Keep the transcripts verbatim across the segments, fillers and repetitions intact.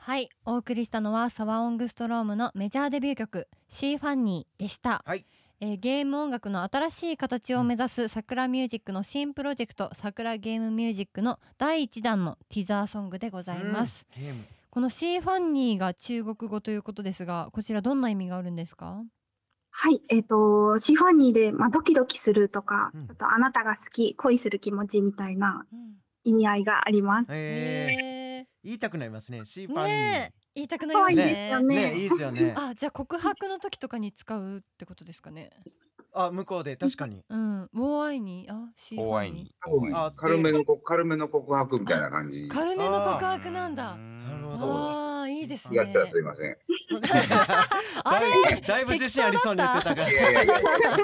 はい、お送りしたのはサワーオングストロームのメジャーデビュー曲シーファンニーでした。 はい。 えーゲーム音楽の新しい形を目指す桜ミュージックの新プロジェクト桜ゲームミュージックのだいいちだんのティザーソングでございます。 ゲーム。 このシーファンニーが中国語ということですが、こちらどんな意味があるんですか？ はい、えっ、と、シーファニーで、まあ、ドキドキするとか、 うんあと、あなたが好き、恋する気持ちみたいなうん意味合いがあります。 えー、 へ言いたくなりますね。シーーファンニー。 ねえ、言いたくなります可愛いですよね。 ね。 ね、いいですよね。 あ、じゃあ告白の時とかに使うってことですかね。 あ、向こうで確かに。 うん、ウォーアイに、あ、シーファンニお会いに。 あお会いにで軽めのこ軽めの告白みたいな感じー。軽めの告白なんだ。 なるほど。 ああ、いいですね。 やったらすいません。 あれだいだいぶ自信ありそうに言ってたから。 いやいやいや、 違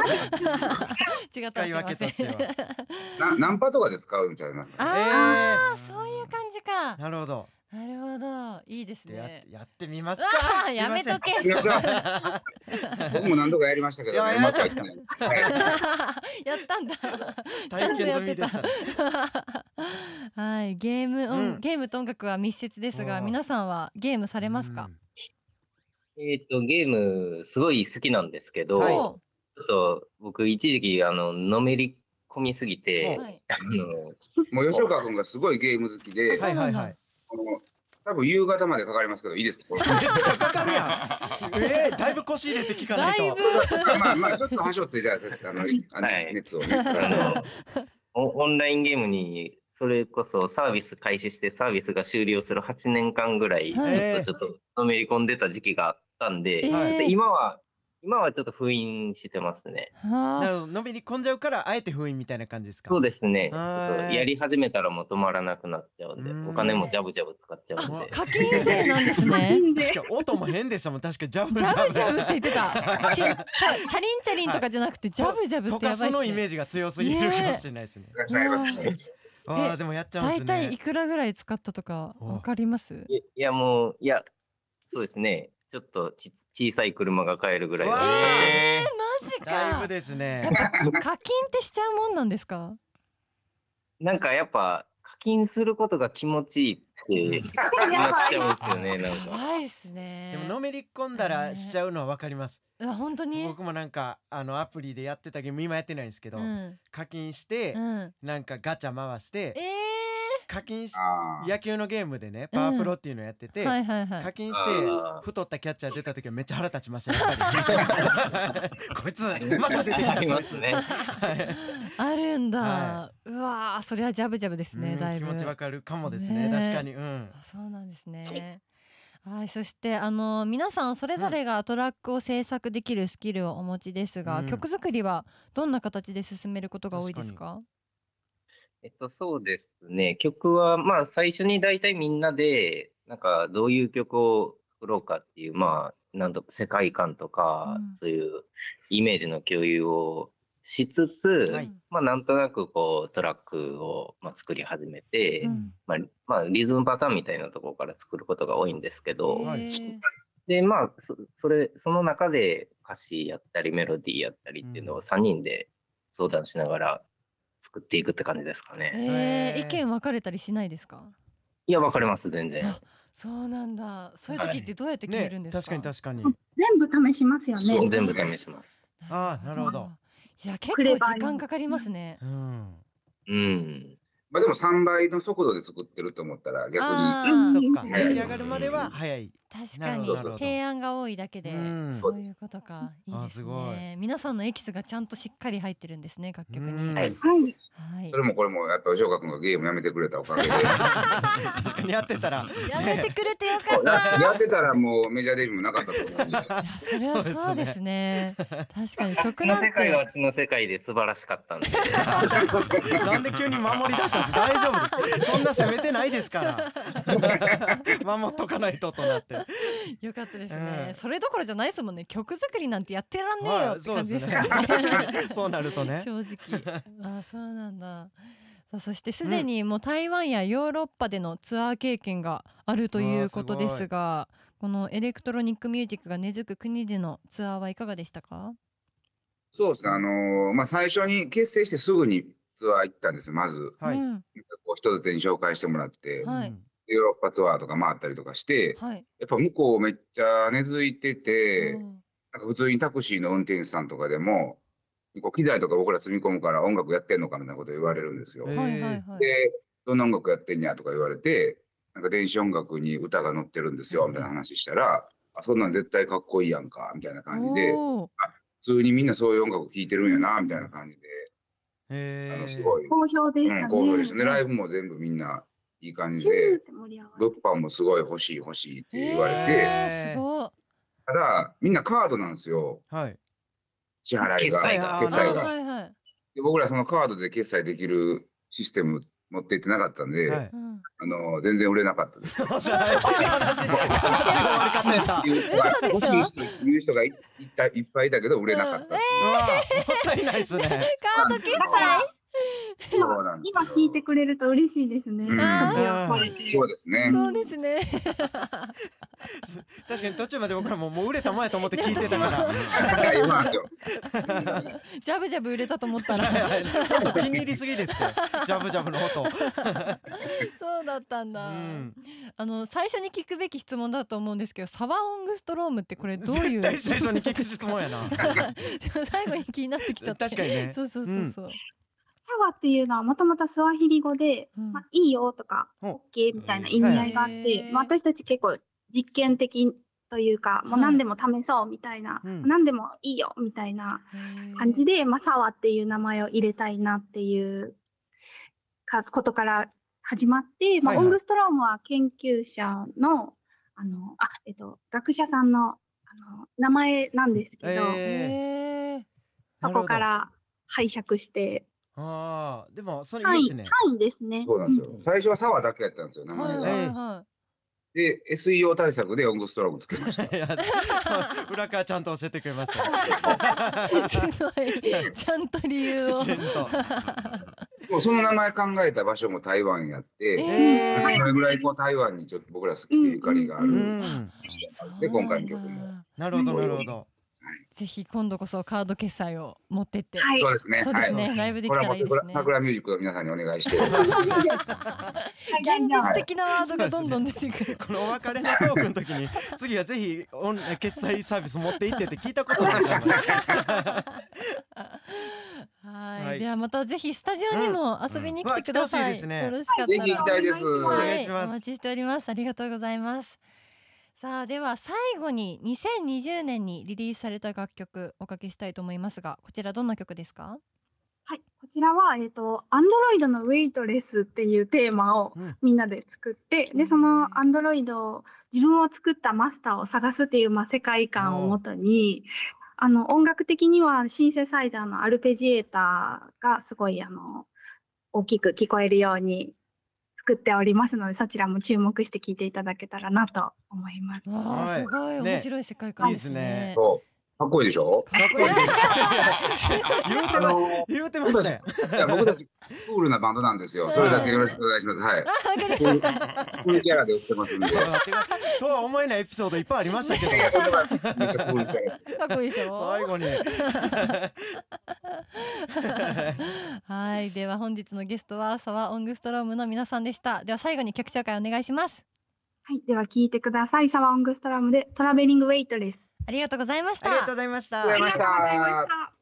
った使い分けとしては。 なナンパとかで使うんちゃいますか。 ああ、そういう感じか。 なるほど。 なるほど、いいですやっね。 やってみますうわか。 ー、やめとけ。 いやさ僕も何度かやりましたけどね。 いややったんすかうまくはいってないはいやったんだ。 体験済みでしたね。 はい、ゲーム音、 うんゲームと音楽は密接ですが、 おー皆さんはゲームされますか？ えっと、ゲーム、すごい好きなんですけど、 はいちょっと僕、一時期、あの、のめり込みすぎて、 はいあの、 もう吉岡君がすごいゲーム好きで、 あはいはいはい。 この多分夕方までかかりますけどいいですか。これめっちゃかかるやん。えー、だいぶ腰入れて聞かないと。 だいぶまあまあちょっとはしょってじゃああのあのはい熱をね。 あのオオンラインゲームに、それこそサービス開始してサービスが終了するはちねんかんぐらい、ずはいっとちょっとのめり込んでた時期があったんで、 えーちょっと今は、今はちょっと封印してますね。 はあ、 なるほど、のめり込んじゃうからあえて封印みたいな感じですか。 そうですね。ちょはいっとやり始めたらもう止まらなくなっちゃうんで、 うんお金もジャブジャブ使っちゃうんあ、 で。 課金税なんですね。 確かに音も変でしたもん。確かにジャブジジャブ。 ャブジャブって言ってた。ちチャチャリンチャリンとかじゃなくてジャブジャブっ溶かすてやばいっすね。 のイメージが強すぎるかもしれないですね。 いらっしゃいませ。 ああでもやっちゃうんですね。 だいたいいくらぐらい使ったとかおわかります？ いいや、もう、いや、そうですね。ちょっとち小さい車が買えるぐらいはわ使っちゃう。 えー、マジか。 だいぶですやねっ。ぱ課金ってしちゃうもんなんですか？ なんかやっぱ、課金することが気持ちいいってなっちゃうんですよね、なんか。 やばいっすね。 でものめり込んだらしちゃうのはわかります。 あ、本当に？ 僕もなんかあのアプリでやってたゲーム今やってないんですけど、 うん課金して、 うん。 なんかガチャ回してえ課金しあー野球のゲームでねパワープロっていうのやってて、 ー、はいはいはい。 課金してあー太ったキャッチャー出た時はめっちゃ腹立ちましたやっぱりこいつまた出てきたありますね。 あるんだ。 はうわー、それはジャブジャブですね。 うんだいぶ。 気持ちわかるかもですねねえ確かにうんあ、そうなんですね。はい、そしてあの皆さんそれぞれがトラックを制作できるスキルをお持ちですが、 うん曲作りはどんな形で進めることが多いですか？ えっと、そうですね。曲は、まあ、最初に大体みんなで、なんか、どういう曲を作ろうかっていう、まあ、なんと、世界観とか、 うんそういうイメージの共有をしつつ、 はいまあ、なんとなく、こう、トラックを、まあ、作り始めて、 うんまあ、まあ、リズムパターンみたいなところから作ることが多いんですけど、 はいへーで、まあ、そそれ、その中で歌詞やったり、メロディーやったりっていうのうんをさんにんで相談しながら作っていくって感じですかね。 えー、 へー意見分かれたりしないですか？ いや、分かります、全然。 あ、そうなんだ。そういう時ってどうやって決めねるんですか？ 確かに確かに全部試しますよそう、 ね。 全部試します。 あーなるほど。 いや、結構クレバーに時間かかりますね。 うんうん。 まあでもさんばいの速度で作ってると思ったら逆にあうんーそっか早い出来上がるまでは早い。 確かになるほどなるほど提案が多いだけで、 うんそういうことか。いいですあすごね。皆さんのエキスがちゃんとしっかり入ってるんですね、楽曲に。 うんはいはい。 はいそれもこれもやっぱ吉岡君がゲームやめてくれたおかげで確かにやってたらやめてくれてよかった。 ややってたらもうメジャーデビューもなかったと思うんでいや、それはそうですね。確かにあっちの曲なん世界はあて。 っちの世界で素晴らしかったんで。 なんで急に守り出したんですか大丈夫ですそんな攻めてないですから守っとかないととなってよかったですね、 うんそれどころじゃないですもんね。曲作りなんてやってらんねえよはいって感じですそうからね。 ですね確かにそうなるとね正直あ、そうなんだ。さあ、そしてすでにもう台湾やヨーロッパでのツアー経験があるということですが、このエレクトロニックミュージックが根付く国でのツアーはいかがでしたか？ そうですねあのーまあ最初に結成してすぐにツアー行ったんですよまずはい、 うんこう人づてに紹介してもらって、 はいうんヨーロッパツアーとか回ったりとかして、 はい。 やっぱ向こうめっちゃ根付いてて、 うんなんか普通にタクシーの運転手さんとかでも、こう機材とか僕ら積み込むから音楽やってんのかみたいなこと言われるんですよ。 えーはいはいはい。 で、どんな音楽やってんやとか言われて、なんか電子音楽に歌が載ってるんですよみたいな話したら、あ、そんなん絶対かっこいいやんかみたいな感じで、 おー普通にみんなそういう音楽聴いてるんやなみたいな感じで、 へーあのすごい、 好評でしたうん、 ね。 好評でしたね。 はいライブも全部みんないい感じキューっで、 て盛り上がって。 物販もすごい欲しい欲しいって言われて、 えー、すごい。 ただみんなカードなんですよ、 はい。 支払いが、 決済が決済が。 はいはいはい。 で僕らそのカードで決済できるシステム持っていってなかったんで、 はい。 うんあの全然売れなかったです。 悲しい悲しい終わり方やった。 言う人が欲しい人言う人がいいったいっぱいいたけど売れなかったっていう。 うわもったいないですね。 カード決済。 そうなんですよ今聞いてくれると嬉しいですね。 うん活用されてそうですね。 そうですね。 確かに途中まで僕らももう売れたもんやと思って聞いてたから。 言わんよジャブジャブ売れたと思ったら。 音気に入りすぎですって。ジャブジャブの音。 そうだったんだ。 うんあの最初に聞くべき質問だと思うんですけど、サバオングストロームってこれどういう？ 絶対最初に聞く質問やな。 最後に気になってきちゃって。 確かにねそうそうそうそう。 サワっていうのはもともとスワヒリ語で、 うんまあ、いいよとか、 ほうオッケーみたいな意味合いがあって、 へーまあ、私たち結構実験的というか、もう何でも試そうみたいな、 うん何でもいいよみたいな感じで、まあ、サワっていう名前を入れたいなっていうかことから始まって、まあはいはいオングストロームは研究者の、あの、あ、えっと、学者さんの、あの、名前なんですけど、 えーへーそこから拝借して、 ああでもそれい単位、 いですね。 単位ですね。 そうなんですよ。 うん最初はサワだけやったんですよ名前はいが。 はいはで エスイーオー 対策でオングストロームつけました。 いや裏側ちゃんと教えてくれました。 い。すごい。ちゃんと理由を。 ちゃんと。 もうその名前考えた場所も台湾やって、 えーそれぐらいこう台湾にちょっと僕ら好きでゆかりがあうる。 ん。 で今回のそうなん曲も。 だなるほどなるほど。 ぜひ今度こそカード決済を持ってって。 はい。 そうですね。 そうですね。 はい。 ライブできこれたらいいですね。 はもう桜ミュージックの皆さんにお願いして。 現実的なワードがどんどん出てくる。 このお別れのトークの時に次はぜひオン決済サービス持って行ってって聞いたことないですよね。 はい、 はいではまたぜひスタジオにも遊びに来てください。 うんうわ来てほしいですねよろしかったら。 ぜひ行きたいです。 おは願いしますお待ちしております。ありがとうございます。さあでは最後ににせんにじゅうねんにリリースされた楽曲おかけしたいと思いますが、こちらどんな曲ですか？ はい、こちらは、えっと、アンドロイドのウェイトレスっていうテーマをうんみんなで作って、で、そのアンドロイドを、自分を作ったマスターを探すっていう、まあ、世界観をもとに、あの、音楽的にはシンセサイザーのアルペジエーターがすごい、あの、大きく聞こえるように作っておりますので、そちらも注目して聴いていただけたらなと思います。 わあ、 はいすごいね面白い世界観ですいいですねね。 そうかっこいいでしょ。 かっこいい。 言うてまあの言うてましたよ。 いや僕たちクールなバンドなんですよ。それだけよろしくお願いします。はい。 あ、わかりこういうこういうキャラで売ってますんで。いやとは思えないエピソードいっぱいありましたけどいやそれはめっちゃクールキャラ。 かっこいいでしょ。 最後にはい、では本日のゲストはサワーオングストロームの皆さんでした。では最後に曲紹介お願いします。 はい、では聴いてください。サワーオングストラムでトラベリングウェイトレス。 ありがとうございました。 ありがとうございましたありがとうございましたありがとうございました。